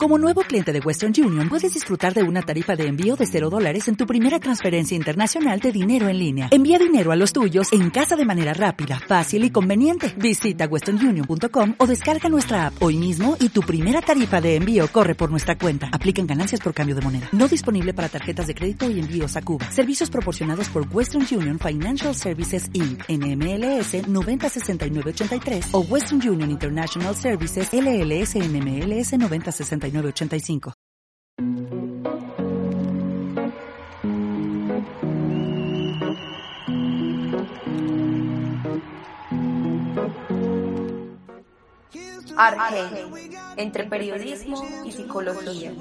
Como nuevo cliente de Western Union, puedes disfrutar de una tarifa de envío de $0 en tu primera transferencia internacional de dinero en línea. Envía dinero a los tuyos en casa de manera rápida, fácil y conveniente. Visita westernunion.com o descarga nuestra app hoy mismo y tu primera tarifa de envío corre por nuestra cuenta. Aplican ganancias por cambio de moneda. No disponible para tarjetas de crédito y envíos a Cuba. Servicios proporcionados por Western Union Financial Services Inc. NMLS 906983 o Western Union International Services LLS NMLS 906985. Argel, entre periodismo y psicología.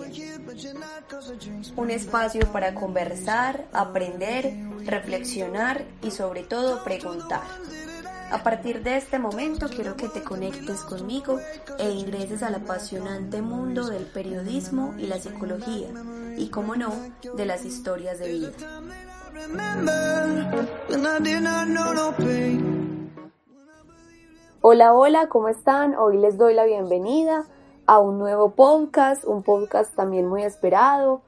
Un espacio para conversar, aprender, reflexionar y sobre todo preguntar. A partir de este momento quiero que te conectes conmigo e ingreses al apasionante mundo del periodismo y la psicología y, cómo no, de las historias de vida. Hola, hola, ¿cómo están? Hoy les doy la bienvenida a un nuevo podcast, un podcast también muy esperado.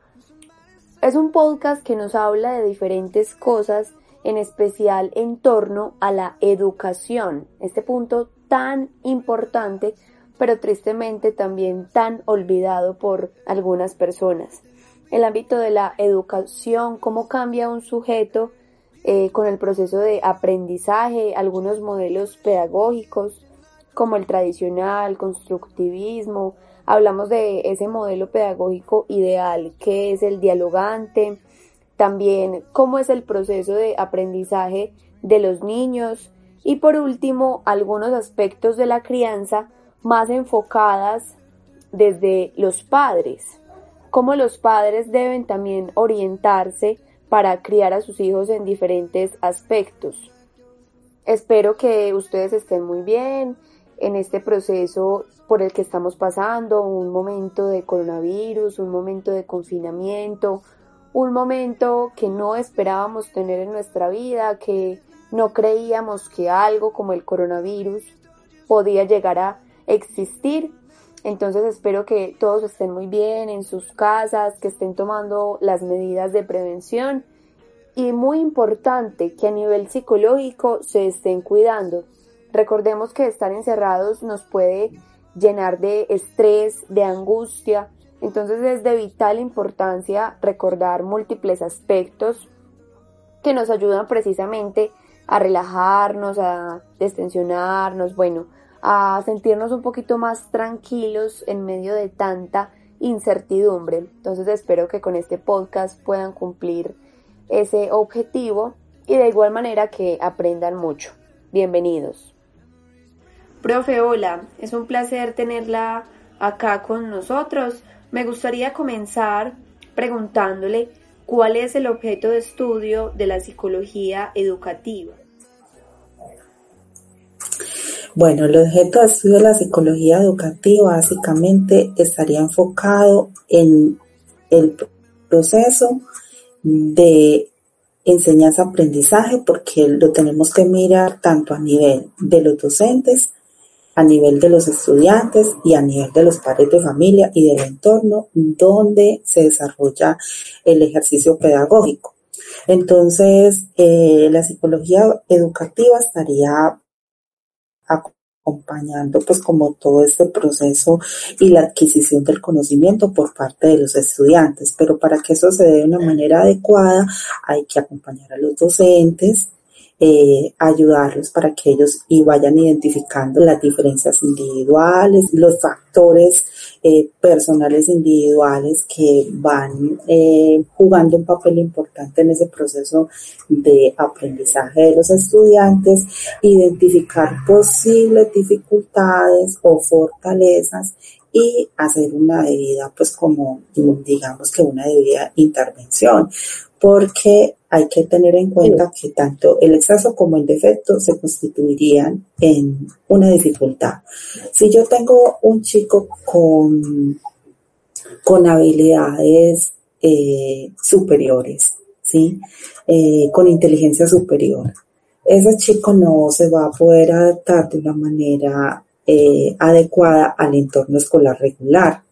Es un podcast que nos habla de diferentes cosas, en especial en torno a la educación, este punto tan importante, pero tristemente también tan olvidado por algunas personas. El ámbito de la educación, cómo cambia un sujeto con el proceso de aprendizaje, algunos modelos pedagógicos, como el tradicional, constructivismo. Hablamos de ese modelo pedagógico ideal, que es el dialogante. También cómo es el proceso de aprendizaje de los niños y por último algunos aspectos de la crianza más enfocadas desde los padres, cómo los padres deben también orientarse para criar a sus hijos en diferentes aspectos. Espero que ustedes estén muy bien en este proceso por el que estamos pasando, un momento de coronavirus, un momento de confinamiento, un momento que no esperábamos tener en nuestra vida, que no creíamos que algo como el coronavirus podía llegar a existir. Entonces espero que todos estén muy bien en sus casas, que estén tomando las medidas de prevención y muy importante que a nivel psicológico se estén cuidando. Recordemos que estar encerrados nos puede llenar de estrés, de angustia. Entonces es de vital importancia recordar múltiples aspectos que nos ayudan precisamente a relajarnos, a destensionarnos, a sentirnos un poquito más tranquilos en medio de tanta incertidumbre. Entonces espero que con este podcast puedan cumplir ese objetivo y de igual manera que aprendan mucho. Bienvenidos. Profe, hola, es un placer tenerla acá con nosotros. Me gustaría comenzar preguntándole cuál es el objeto de estudio de la psicología educativa. Bueno, el objeto de estudio de la psicología educativa básicamente estaría enfocado en el proceso de enseñanza-aprendizaje, porque lo tenemos que mirar tanto a nivel de los docentes, a nivel de los estudiantes y a nivel de los padres de familia y del entorno donde se desarrolla el ejercicio pedagógico. Entonces, la psicología educativa estaría acompañando pues como todo este proceso y la adquisición del conocimiento por parte de los estudiantes, pero para que eso se dé de una manera adecuada hay que acompañar a los docentes, ayudarlos para que ellos vayan identificando las diferencias individuales, los factores personales individuales que van jugando un papel importante en ese proceso de aprendizaje de los estudiantes, identificar posibles dificultades o fortalezas y hacer una debida, pues como digamos que una debida intervención, porque hay que tener en cuenta que tanto el exceso como el defecto se constituirían en una dificultad. Si yo tengo un chico con habilidades superiores, ¿sí? Con inteligencia superior, ese chico no se va a poder adaptar de una manera adecuada al entorno escolar regular.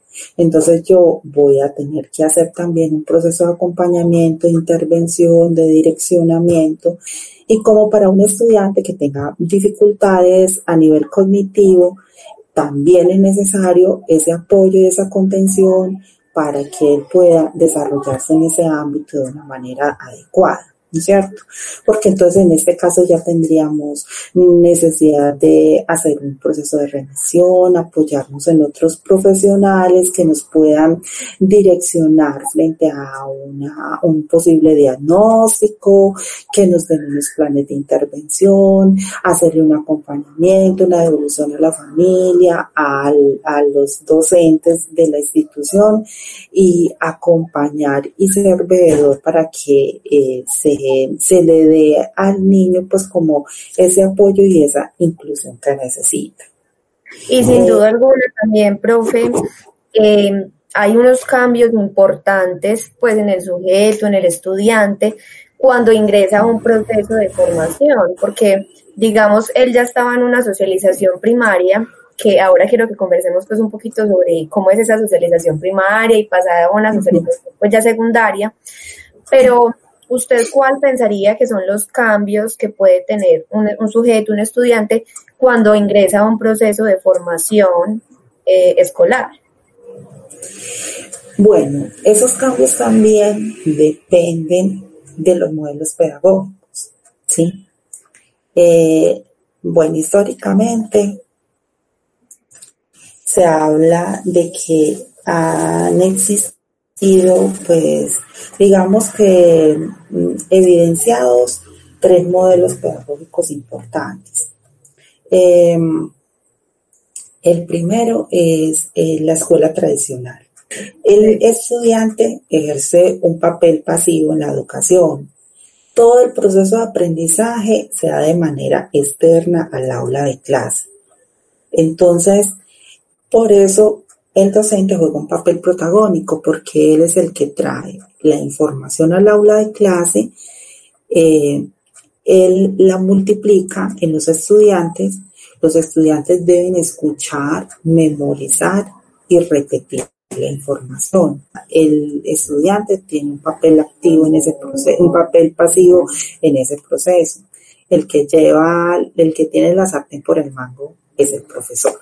Entonces yo voy a tener que hacer también un proceso de acompañamiento, de intervención, de direccionamiento. Y como para un estudiante que tenga dificultades a nivel cognitivo, también es necesario ese apoyo y esa contención para que él pueda desarrollarse en ese ámbito de una manera adecuada, ¿no es cierto? Porque entonces en este caso ya tendríamos necesidad de hacer un proceso de remisión, apoyarnos en otros profesionales que nos puedan direccionar frente a un posible diagnóstico, que nos den unos planes de intervención, hacerle un acompañamiento, una devolución a la familia, a los docentes de la institución y acompañar y ser veedor para que se le dé al niño pues como ese apoyo y esa inclusión que necesita. Y sin duda alguna también, profe, hay unos cambios importantes pues en el sujeto, en el estudiante, cuando ingresa a un proceso de formación, porque digamos, él ya estaba en una socialización primaria, que ahora quiero que conversemos pues un poquito sobre cómo es esa socialización primaria y pasada a una socialización pues ya secundaria, pero ¿usted cuál pensaría que son los cambios que puede tener un sujeto, un estudiante, cuando ingresa a un proceso de formación escolar? Bueno, esos cambios también dependen de los modelos pedagógicos, ¿sí? Bueno, históricamente se habla de que han existido, pues, digamos que evidenciados 3 modelos pedagógicos importantes. El primero es la escuela tradicional. El estudiante ejerce un papel pasivo en la educación. Todo el proceso de aprendizaje se da de manera externa al aula de clase. Entonces, por eso el docente juega un papel protagónico, porque él es el que trae la información al aula de clase, él la multiplica en los estudiantes deben escuchar, memorizar y repetir la información. El estudiante tiene un papel activo en ese proceso, un papel pasivo en ese proceso. El que tiene la sartén por el mango es el profesor.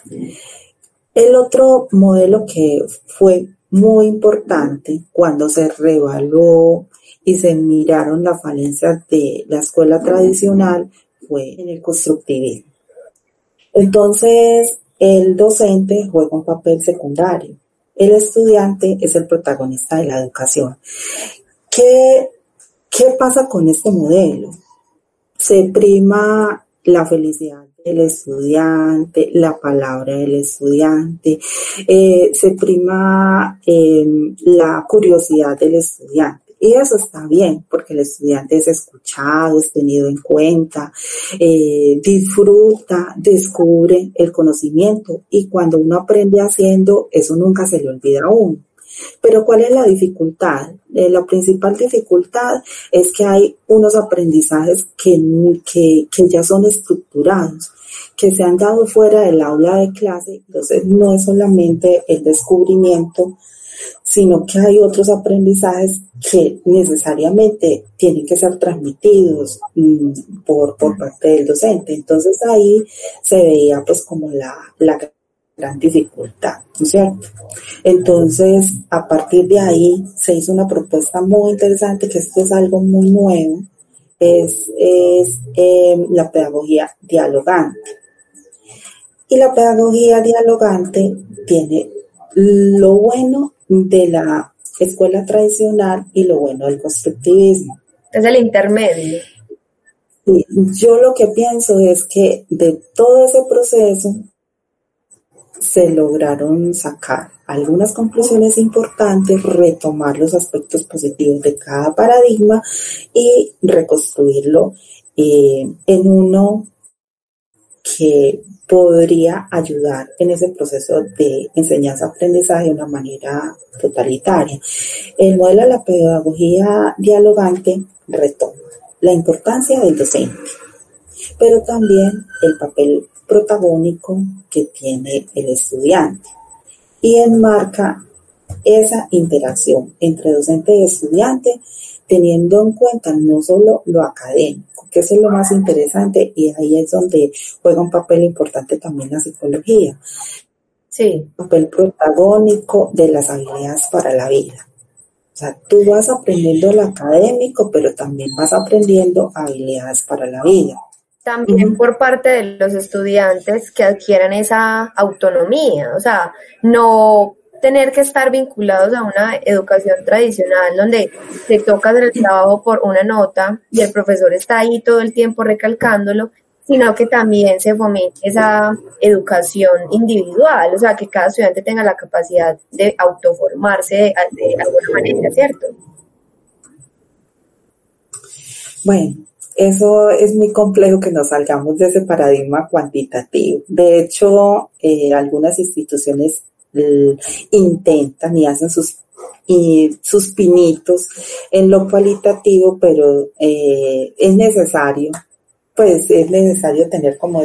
El otro modelo que fue muy importante cuando se reevaluó y se miraron las falencias de la escuela tradicional fue en el constructivismo. Entonces, el docente juega un papel secundario. El estudiante es el protagonista de la educación. ¿Qué pasa con este modelo? Se prima la felicidad del estudiante, la palabra del estudiante, se prima la curiosidad del estudiante. Y eso está bien, porque el estudiante es escuchado, es tenido en cuenta, disfruta, descubre el conocimiento. Y cuando uno aprende haciendo, eso nunca se le olvida a uno. Pero ¿cuál es la dificultad? La principal dificultad es que hay unos aprendizajes que ya son estructurados, que se han dado fuera del aula de clase. Entonces no es solamente el descubrimiento, sino que hay otros aprendizajes que necesariamente tienen que ser transmitidos por parte del docente. Entonces ahí se veía pues como la gran dificultad, ¿no es cierto? Entonces, a partir de ahí se hizo una propuesta muy interesante, que esto es algo muy nuevo, es la pedagogía dialogante. Y la pedagogía dialogante tiene lo bueno de la escuela tradicional y lo bueno del constructivismo. Es el intermedio. Y yo lo que pienso es que de todo ese proceso se lograron sacar algunas conclusiones importantes, retomar los aspectos positivos de cada paradigma y reconstruirlo en uno que podría ayudar en ese proceso de enseñanza-aprendizaje de una manera totalitaria. El modelo de la pedagogía dialogante retoma la importancia del docente, pero también el papel protagónico que tiene el estudiante. y enmarca esa interacción entre docente y estudiante, teniendo en cuenta no solo lo académico, que eso es lo más interesante, y ahí es donde juega un papel importante también la psicología. Sí. Un papel protagónico de las habilidades para la vida. O sea, tú vas aprendiendo lo académico, pero también vas aprendiendo habilidades para la vida. También por parte de los estudiantes que adquieran esa autonomía, o sea, no tener que estar vinculados a una educación tradicional donde te toca hacer el trabajo por una nota y el profesor está ahí todo el tiempo recalcándolo, sino que también se fomente esa educación individual, o sea, que cada estudiante tenga la capacidad de autoformarse de alguna manera, ¿cierto? Bueno, eso es muy complejo que nos salgamos de ese paradigma cuantitativo. De hecho, algunas instituciones intentan y hacen sus pinitos en lo cualitativo, pero es necesario tener como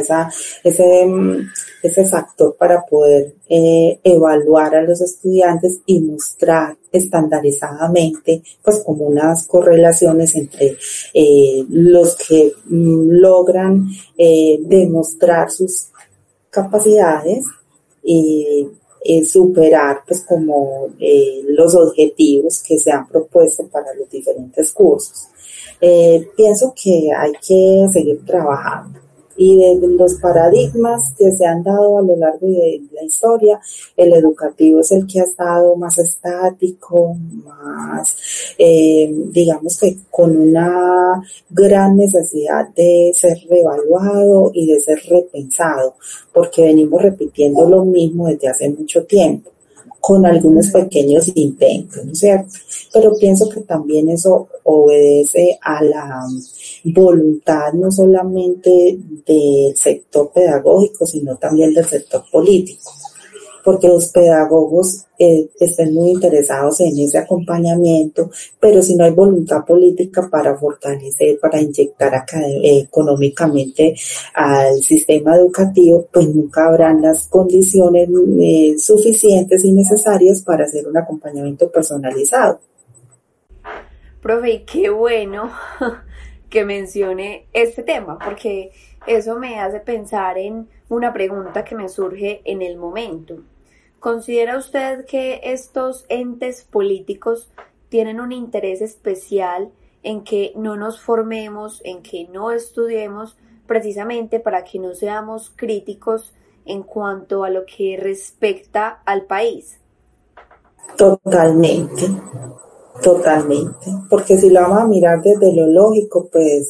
ese factor para poder evaluar a los estudiantes y mostrar estandarizadamente pues como unas correlaciones entre los que logran demostrar sus capacidades y superar pues como los objetivos que se han propuesto para los diferentes cursos. Pienso que hay que seguir trabajando, y de los paradigmas que se han dado a lo largo de la historia, el educativo es el que ha estado más estático, más digamos que con una gran necesidad de ser reevaluado y de ser repensado, porque venimos repitiendo lo mismo desde hace mucho tiempo, con algunos pequeños intentos, ¿no es cierto? Pero pienso que también eso obedece a la voluntad no solamente del sector pedagógico, sino también del sector político, porque los pedagogos estén muy interesados en ese acompañamiento, pero si no hay voluntad política para fortalecer, para inyectar económicamente al sistema educativo, pues nunca habrán las condiciones suficientes y necesarias para hacer un acompañamiento personalizado. Profe, y qué bueno que mencione este tema, porque eso me hace pensar en una pregunta que me surge en el momento. ¿Considera usted que estos entes políticos tienen un interés especial en que no nos formemos, en que no estudiemos, precisamente para que no seamos críticos en cuanto a lo que respecta al país? Totalmente, porque si lo vamos a mirar desde lo lógico, pues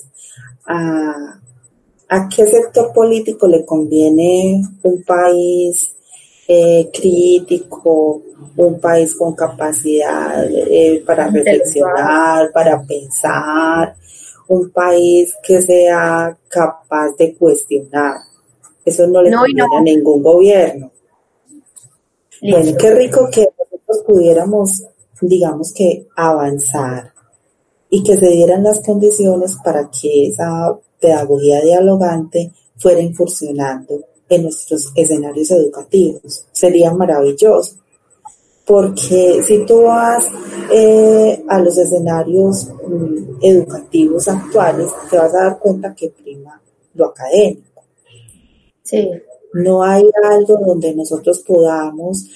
¿a qué sector político le conviene un país crítico, un país con capacidad para reflexionar, para pensar, un país que sea capaz de cuestionar? Eso no le conviene a ningún gobierno. Listo. Bueno, qué rico que nosotros pudiéramos, digamos que, avanzar y que se dieran las condiciones para que esa pedagogía dialogante fuera incursionando en nuestros escenarios educativos. Sería maravilloso, porque si tú vas a los escenarios educativos actuales, te vas a dar cuenta que prima lo académico. Sí. No hay algo donde nosotros podamos,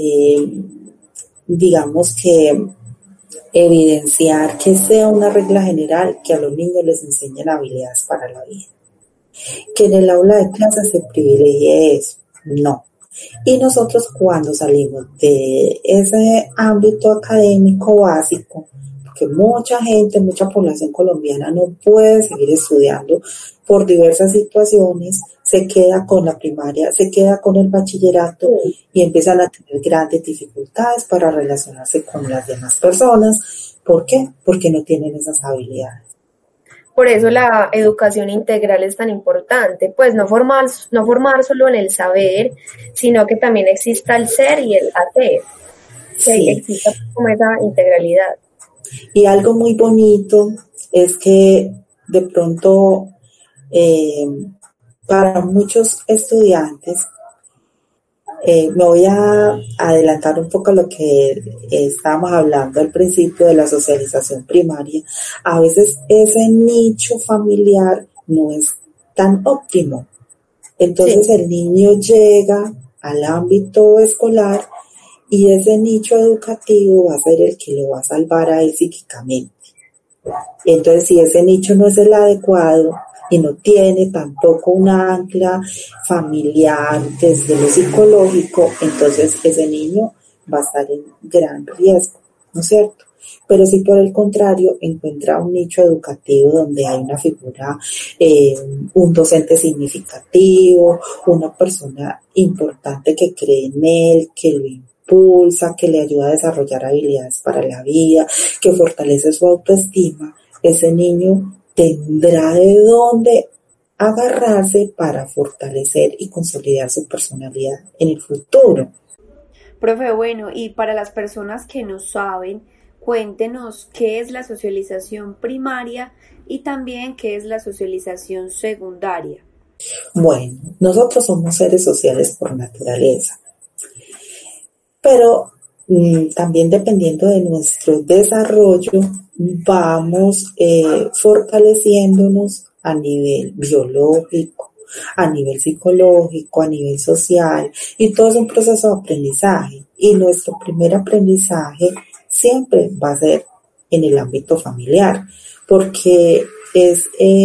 digamos que, evidenciar que sea una regla general que a los niños les enseñen habilidades para la vida. Que en el aula de clase se privilegie eso, no. Y nosotros cuando salimos de ese ámbito académico básico, porque mucha gente, mucha población colombiana no puede seguir estudiando por diversas situaciones, se queda con la primaria, se queda con el bachillerato y empiezan a tener grandes dificultades para relacionarse con las demás personas. ¿Por qué? Porque no tienen esas habilidades. Por eso la educación integral es tan importante, pues no formar solo en el saber, sino que también exista el ser y el hacer, que sí exista como esa integralidad. Y algo muy bonito es que de pronto para muchos estudiantes Me voy a adelantar un poco a lo que estábamos hablando al principio de la socialización primaria. A veces ese nicho familiar no es tan óptimo. Entonces Sí. el niño llega al ámbito escolar y ese nicho educativo va a ser el que lo va a salvar a él psíquicamente. Entonces, si ese nicho no es el adecuado y no tiene tampoco una ancla familiar desde lo psicológico, entonces ese niño va a estar en gran riesgo, ¿no es cierto? Pero si por el contrario encuentra un nicho educativo donde hay una figura, un docente significativo, una persona importante que cree en él, que lo impulsa, que le ayuda a desarrollar habilidades para la vida, que fortalece su autoestima, ese niño tendrá de dónde agarrarse para fortalecer y consolidar su personalidad en el futuro. Profe, bueno, y para las personas que no saben, cuéntenos qué es la socialización primaria y también qué es la socialización secundaria. Bueno, nosotros somos seres sociales por naturaleza, pero también dependiendo de nuestro desarrollo, vamos fortaleciéndonos a nivel biológico, a nivel psicológico, a nivel social, y todo es un proceso de aprendizaje. Y nuestro primer aprendizaje siempre va a ser en el ámbito familiar, porque es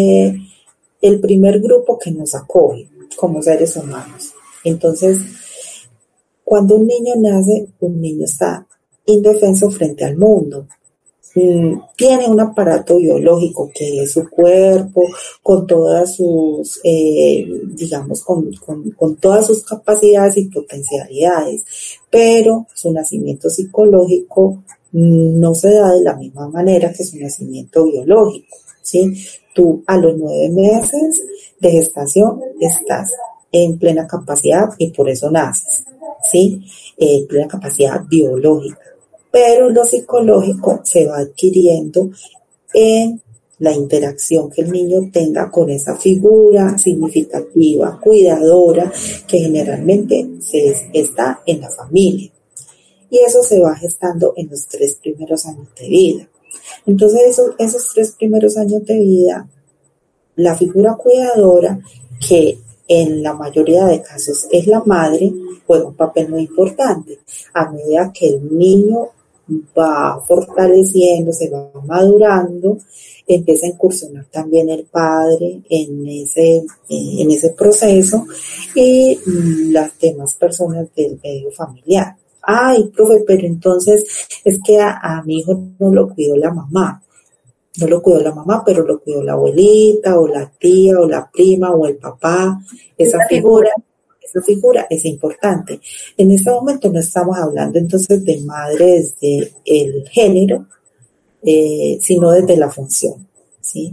el primer grupo que nos acoge como seres humanos. Entonces, cuando un niño nace, un niño está indefenso frente al mundo. Tiene un aparato biológico que es su cuerpo, con todas sus, digamos, con todas sus capacidades y potencialidades, pero su nacimiento psicológico no se da de la misma manera que su nacimiento biológico, ¿sí? Tú a los 9 meses de gestación estás en plena capacidad y por eso naces, ¿sí? Plena capacidad biológica. Pero lo psicológico se va adquiriendo en la interacción que el niño tenga con esa figura significativa, cuidadora, que generalmente está en la familia. Y eso se va gestando en los 3 primeros años de vida. Entonces, esos 3 primeros años de vida, la figura cuidadora, que en la mayoría de casos es la madre, juega un papel muy importante. A medida que el niño va fortaleciendo, se va madurando, empieza a incursionar también el padre en ese proceso y las demás personas del medio familiar. Ay, profe, pero entonces es que a mi hijo no lo cuidó la mamá. No lo cuidó la mamá, pero lo cuidó la abuelita, o la tía, o la prima, o el papá. Esa figura es importante. En este momento no estamos hablando entonces de madre desde el género, sino desde la función, ¿sí?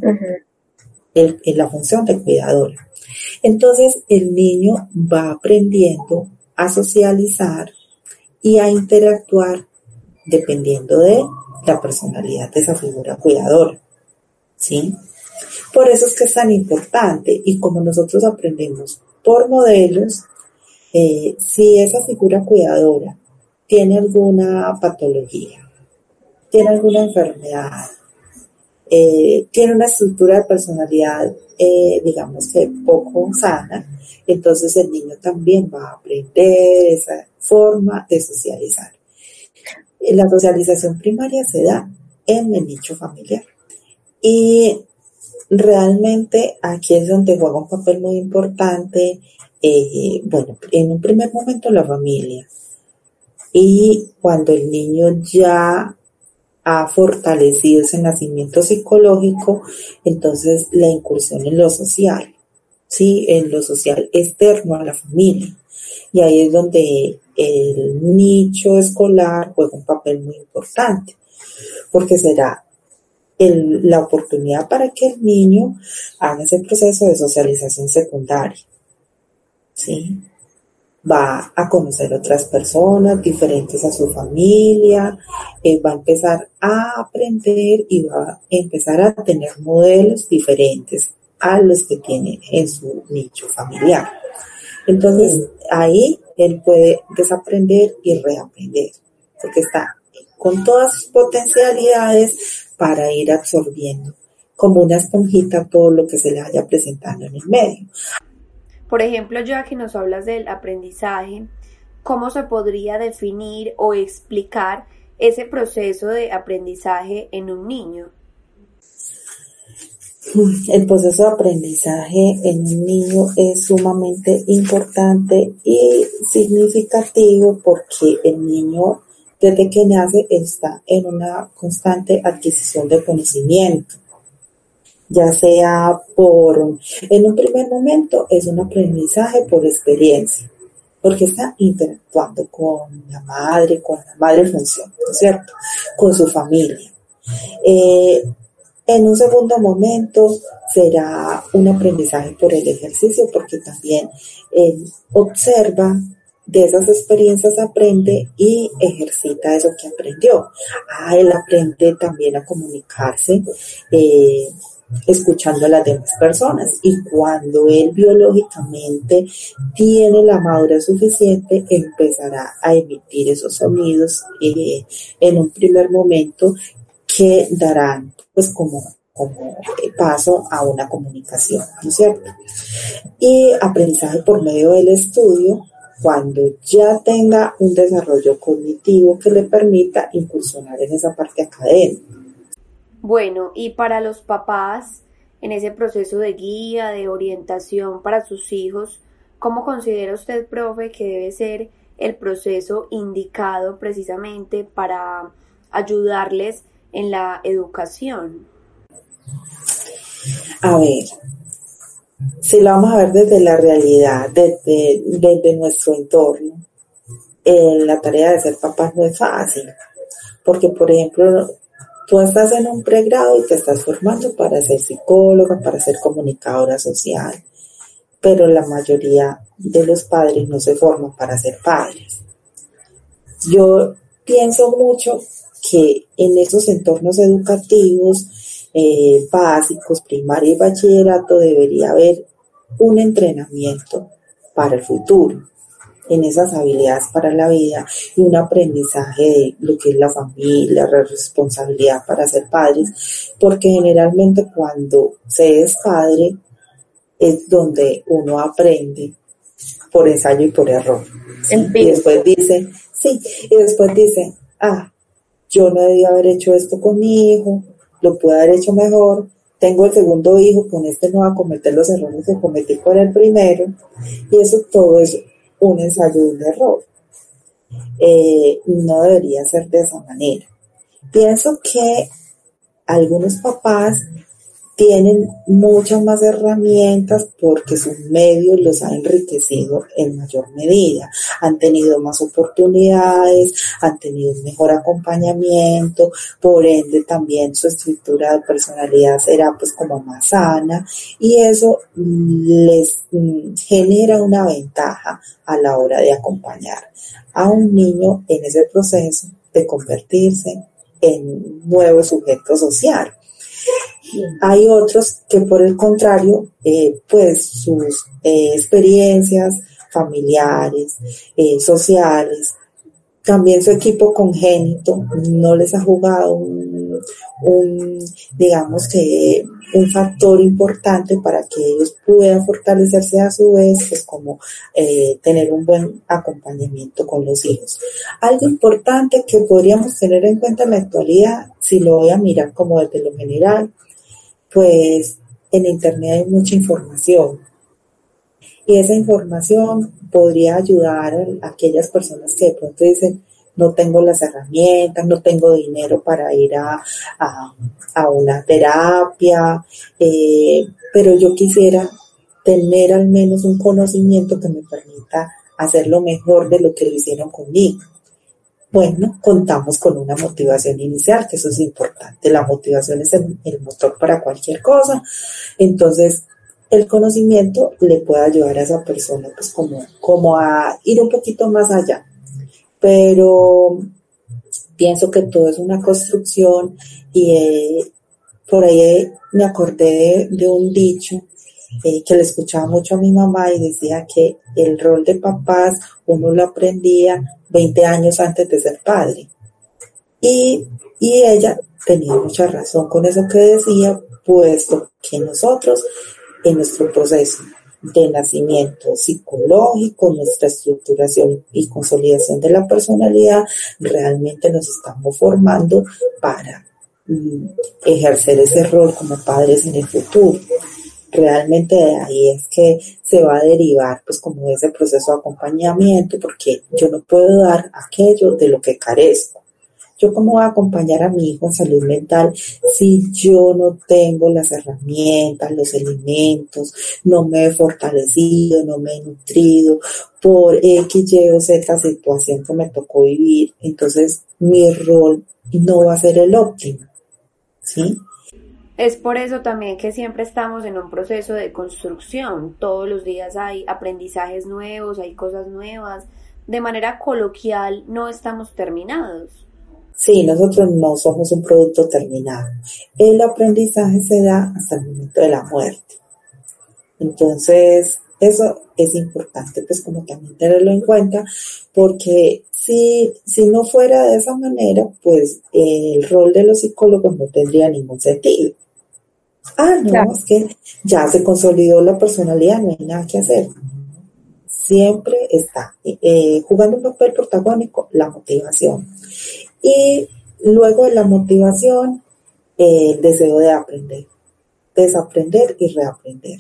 En la función de cuidadora. Entonces el niño va aprendiendo a socializar y a interactuar dependiendo de la personalidad de esa figura cuidadora, ¿sí? Por eso es que es tan importante, y como nosotros aprendemos por modelos, si esa figura cuidadora tiene alguna patología, tiene alguna enfermedad, tiene una estructura de personalidad, digamos que poco sana, entonces el niño también va a aprender esa forma de socializar. La socialización primaria se da en el nicho familiar. Y realmente aquí es donde juega un papel muy importante, bueno, en un primer momento la familia. Y cuando el niño ya ha fortalecido ese nacimiento psicológico, entonces la incursión en lo social, ¿sí? En lo social externo a la familia. Y ahí es donde el nicho escolar juega un papel muy importante, porque será la oportunidad para que el niño haga ese proceso de socialización secundaria, ¿sí? Va a conocer otras personas diferentes a su familia, va a empezar a aprender y va a empezar a tener modelos diferentes a los que tiene en su nicho familiar. Entonces, ahí él puede desaprender y reaprender, porque está con todas sus potencialidades para ir absorbiendo como una esponjita todo lo que se le vaya presentando en el medio. Por ejemplo, ya que nos hablas del aprendizaje, ¿cómo se podría definir o explicar ese proceso de aprendizaje en un niño? El proceso de aprendizaje en un niño es sumamente importante y significativo porque el niño desde que nace está en una constante adquisición de conocimiento, ya sea en un primer momento es un aprendizaje por experiencia, porque está interactuando con la madre función, ¿no es cierto?, con su familia. En un segundo momento será un aprendizaje por el ejercicio, porque también observa de esas experiencias, aprende y ejercita eso que aprendió. Él aprende también a comunicarse escuchando a las demás personas, y cuando él biológicamente tiene la madurez suficiente, empezará a emitir esos sonidos en un primer momento que darán pues como paso a una comunicación, ¿no es cierto? Y aprendizaje por medio del estudio, cuando ya tenga un desarrollo cognitivo que le permita incursionar en esa parte académica. Bueno, y para los papás, en ese proceso de guía, de orientación para sus hijos, ¿cómo considera usted, profe, que debe ser el proceso indicado precisamente para ayudarles en la educación? A ver, si lo vamos a ver desde la realidad, desde nuestro entorno, la tarea de ser papás no es fácil, porque por ejemplo, tú estás en un pregrado y te estás formando para ser psicóloga, para ser comunicadora social, pero la mayoría de los padres no se forman para ser padres. Yo pienso mucho que en esos entornos educativos básicos, primaria y bachillerato, debería haber un entrenamiento para el futuro, en esas habilidades para la vida, y un aprendizaje de lo que es la familia, la responsabilidad para ser padres, porque generalmente cuando se es padre es donde uno aprende por ensayo y por error. ¿Sí? Y después dice, yo no debía haber hecho esto con mi hijo, lo pude haber hecho mejor, tengo el segundo hijo, con este no va a cometer los errores que cometí con el primero, y eso todo es un ensayo y un error. No debería ser de esa manera. Pienso que algunos papás tienen muchas más herramientas porque sus medios los han enriquecido en mayor medida. Han tenido más oportunidades, han tenido un mejor acompañamiento, por ende también su estructura de personalidad será pues como más sana, y eso les genera una ventaja a la hora de acompañar a un niño en ese proceso de convertirse en nuevo sujeto social. Hay otros que por el contrario, pues sus experiencias familiares, sociales, también su equipo congénito no les ha jugado digamos que un factor importante para que ellos puedan fortalecerse a su vez, pues como tener un buen acompañamiento con los hijos. Algo importante que podríamos tener en cuenta en la actualidad, si lo voy a mirar como desde lo general, pues en internet hay mucha información, y esa información podría ayudar a aquellas personas que de pronto dicen, no tengo las herramientas, no tengo dinero para ir a una terapia, pero yo quisiera tener al menos un conocimiento que me permita hacerlo mejor de lo que lo hicieron conmigo. Bueno, contamos con una motivación inicial, que eso es importante. La motivación es el motor para cualquier cosa. Entonces, el conocimiento le puede ayudar a esa persona pues como a ir un poquito más allá. Pero pienso que todo es una construcción, y por ahí me acordé de un dicho que le escuchaba mucho a mi mamá y decía que el rol de papás uno lo aprendía 20 años antes de ser padre. Y ella tenía mucha razón con eso que decía, puesto que nosotros en nuestro proceso de nacimiento psicológico, nuestra estructuración y consolidación de la personalidad, realmente nos estamos formando para ejercer ese rol como padres en el futuro. Realmente de ahí es que se va a derivar pues como ese proceso de acompañamiento, porque yo no puedo dar aquello de lo que carezco. ¿Yo cómo voy a acompañar a mi hijo en salud mental si yo no tengo las herramientas, los elementos, no me he fortalecido, no me he nutrido por X, Y o Z situación que me tocó vivir? Entonces mi rol no va a ser el óptimo, ¿sí? Es por eso también que siempre estamos en un proceso de construcción. Todos los días hay aprendizajes nuevos, hay cosas nuevas. De manera coloquial, no estamos terminados. Sí, nosotros no somos un producto terminado. El aprendizaje se da hasta el momento de la muerte. Entonces, eso es importante, pues como también tenerlo en cuenta, porque si no fuera de esa manera, pues el rol de los psicólogos no tendría ningún sentido. No, claro. Es que ya se consolidó la personalidad, no hay nada que hacer. Siempre está jugando un papel protagónico la motivación. Y luego de la motivación, el deseo de aprender, desaprender y reaprender.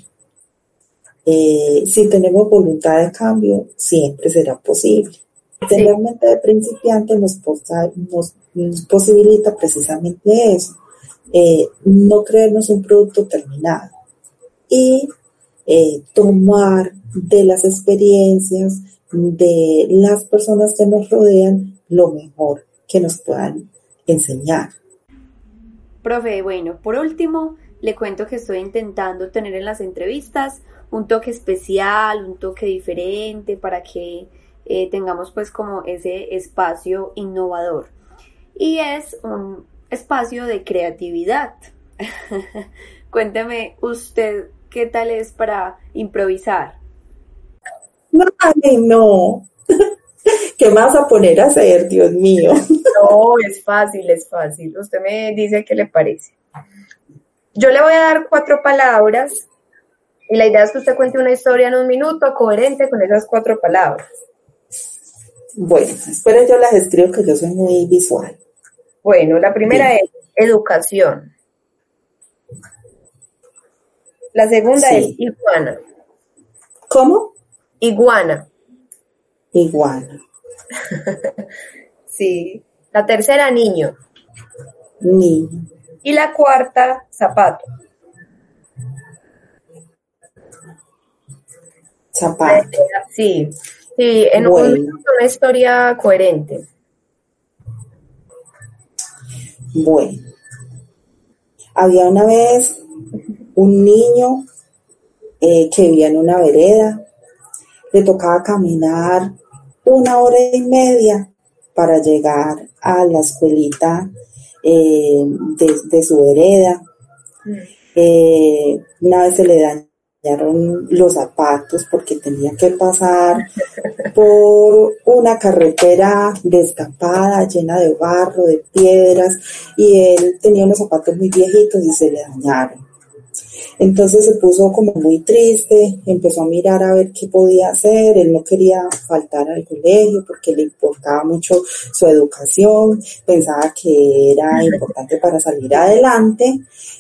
Si tenemos voluntad de cambio, siempre será posible. Tener mente de principiante nos posibilita precisamente eso, no creernos un producto terminado y tomar de las experiencias de las personas que nos rodean lo mejor que nos puedan enseñar. Profe, bueno, por último, le cuento que estoy intentando tener en las entrevistas un toque especial, un toque diferente para que tengamos pues como ese espacio innovador. Y es un espacio de creatividad. Cuénteme usted qué tal es para improvisar. Ay, no. ¿Qué me vas a poner a hacer, Dios mío? No, es fácil, es fácil. Usted me dice qué le parece. Yo le voy a dar 4 palabras y la idea es que usted cuente una historia en un minuto coherente con esas 4 palabras. Bueno, esperen, yo las escribo que yo soy muy visual. Bueno, la primera es educación. La segunda es iguana. ¿Cómo? Iguana. Iguana. Sí. La tercera, niño. Niño. Y la cuarta, zapato. Zapato. Sí. Sí, en un minuto una historia coherente. Bueno. Había una vez un niño que vivía en una vereda. Le tocaba caminar 1 hora y media para llegar a la escuelita de su vereda. Una vez se le dañaron los zapatos porque tenía que pasar por una carretera destapada, llena de barro, de piedras, y él tenía unos zapatos muy viejitos y se le dañaron. Entonces se puso como muy triste, empezó a mirar a ver qué podía hacer. Él no quería faltar al colegio porque le importaba mucho su educación, pensaba que era importante para salir adelante.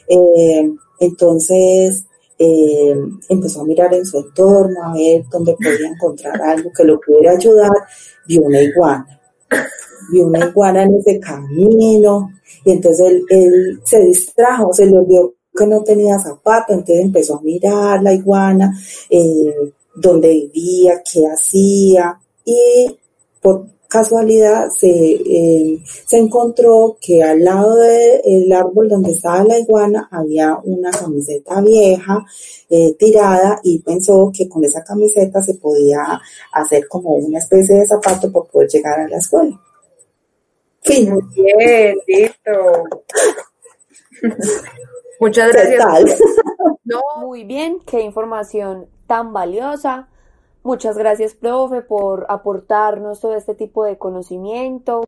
Entonces empezó a mirar en su entorno, a ver dónde podía encontrar algo que lo pudiera ayudar. Vio una iguana en ese camino, y entonces él se distrajo, se le olvidó que no tenía zapato. Entonces empezó a mirar la iguana, dónde vivía, qué hacía, y por casualidad se encontró que al lado del árbol donde estaba la iguana había una camiseta vieja tirada, y pensó que con esa camiseta se podía hacer como una especie de zapato para poder llegar a la escuela. Fin. Muy bien, listo. Muchas gracias No, Muy bien, qué información tan valiosa. Muchas gracias, profe, por aportarnos todo este tipo de conocimiento.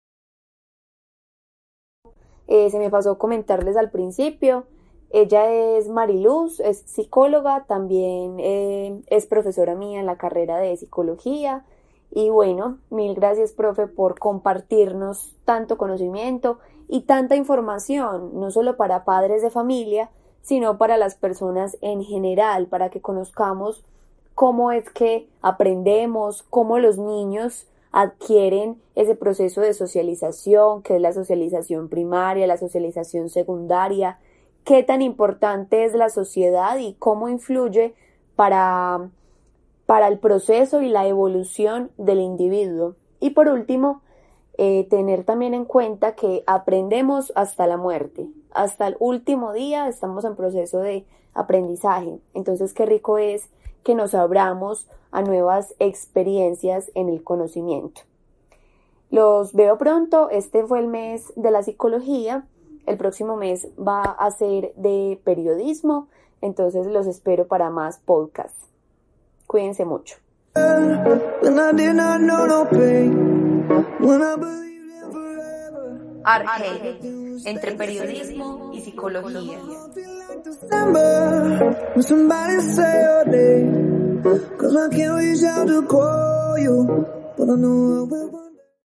Se me pasó comentarles al principio, ella es Mariluz, es psicóloga, también es profesora mía en la carrera de psicología. Y bueno, mil gracias, profe, por compartirnos tanto conocimiento y tanta información, no solo para padres de familia, sino para las personas en general, para que conozcamos cómo es que aprendemos, cómo los niños adquieren ese proceso de socialización, que es la socialización primaria, la socialización secundaria, qué tan importante es la sociedad y cómo influye para, para el proceso y la evolución del individuo. Y por último, tener también en cuenta que aprendemos hasta la muerte, hasta el último día estamos en proceso de aprendizaje. Entonces, qué rico es que nos abramos a nuevas experiencias en el conocimiento. Los veo pronto, este fue el mes de la psicología, el próximo mes va a ser de periodismo, entonces los espero para más podcasts. Cuídense mucho. Argel, entre periodismo y psicología. When somebody say your name, 'cause I can't reach out to call you, but I know I will.